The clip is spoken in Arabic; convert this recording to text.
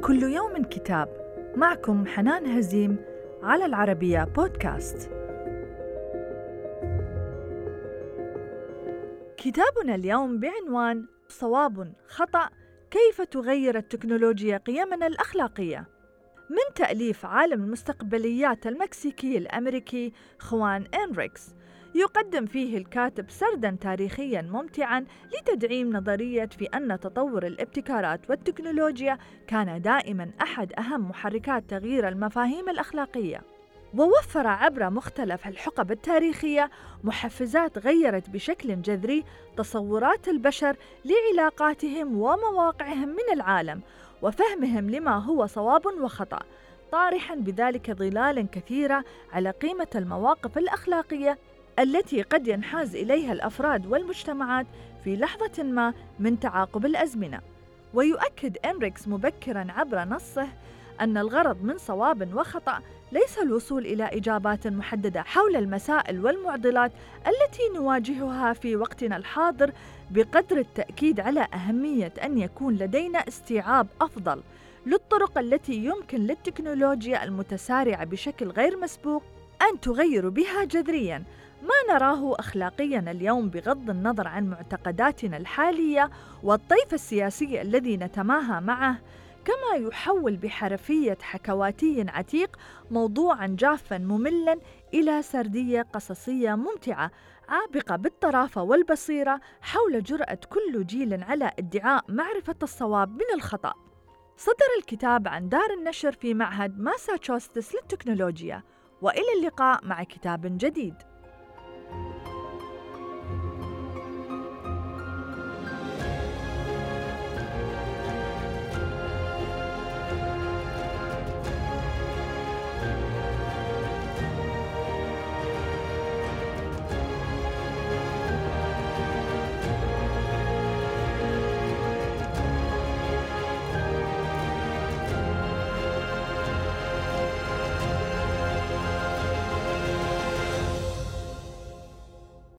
كل يوم كتاب. معكم حنان هزيم على العربية بودكاست. كتابنا اليوم بعنوان صواب خطأ: كيف تغير التكنولوجيا قيمنا الأخلاقية، من تأليف عالم المستقبليات المكسيكي الأمريكي خوان إنريكس. يقدم فيه الكاتب سرداً تاريخياً ممتعاً لتدعيم نظرية في أن تطور الابتكارات والتكنولوجيا كان دائماً أحد أهم محركات تغيير المفاهيم الأخلاقية، ووفر عبر مختلف الحقب التاريخية محفزات غيرت بشكل جذري تصورات البشر لعلاقاتهم ومواقعهم من العالم وفهمهم لما هو صواب وخطأ، طارحاً بذلك ظلالاً كثيرة على قيمة المواقف الأخلاقية التي قد ينحاز إليها الأفراد والمجتمعات في لحظة ما من تعاقب الأزمنة. ويؤكد إنريكس مبكراً عبر نصه أن الغرض من صواب وخطأ ليس الوصول إلى إجابات محددة حول المسائل والمعضلات التي نواجهها في وقتنا الحاضر، بقدر التأكيد على أهمية أن يكون لدينا استيعاب أفضل للطرق التي يمكن للتكنولوجيا المتسارعة بشكل غير مسبوق أن تغير بها جذرياً ما نراه أخلاقياً اليوم، بغض النظر عن معتقداتنا الحالية والطيف السياسي الذي نتماهى معه، كما يحول بحرفية حكواتي عتيق موضوعاً جافاً مملاً إلى سردية قصصية ممتعة عابقة بالطرافة والبصيرة حول جرأة كل جيل على ادعاء معرفة الصواب من الخطأ. صدر الكتاب عن دار النشر في معهد ماساتشوستس للتكنولوجيا، وإلى اللقاء مع كتاب جديد.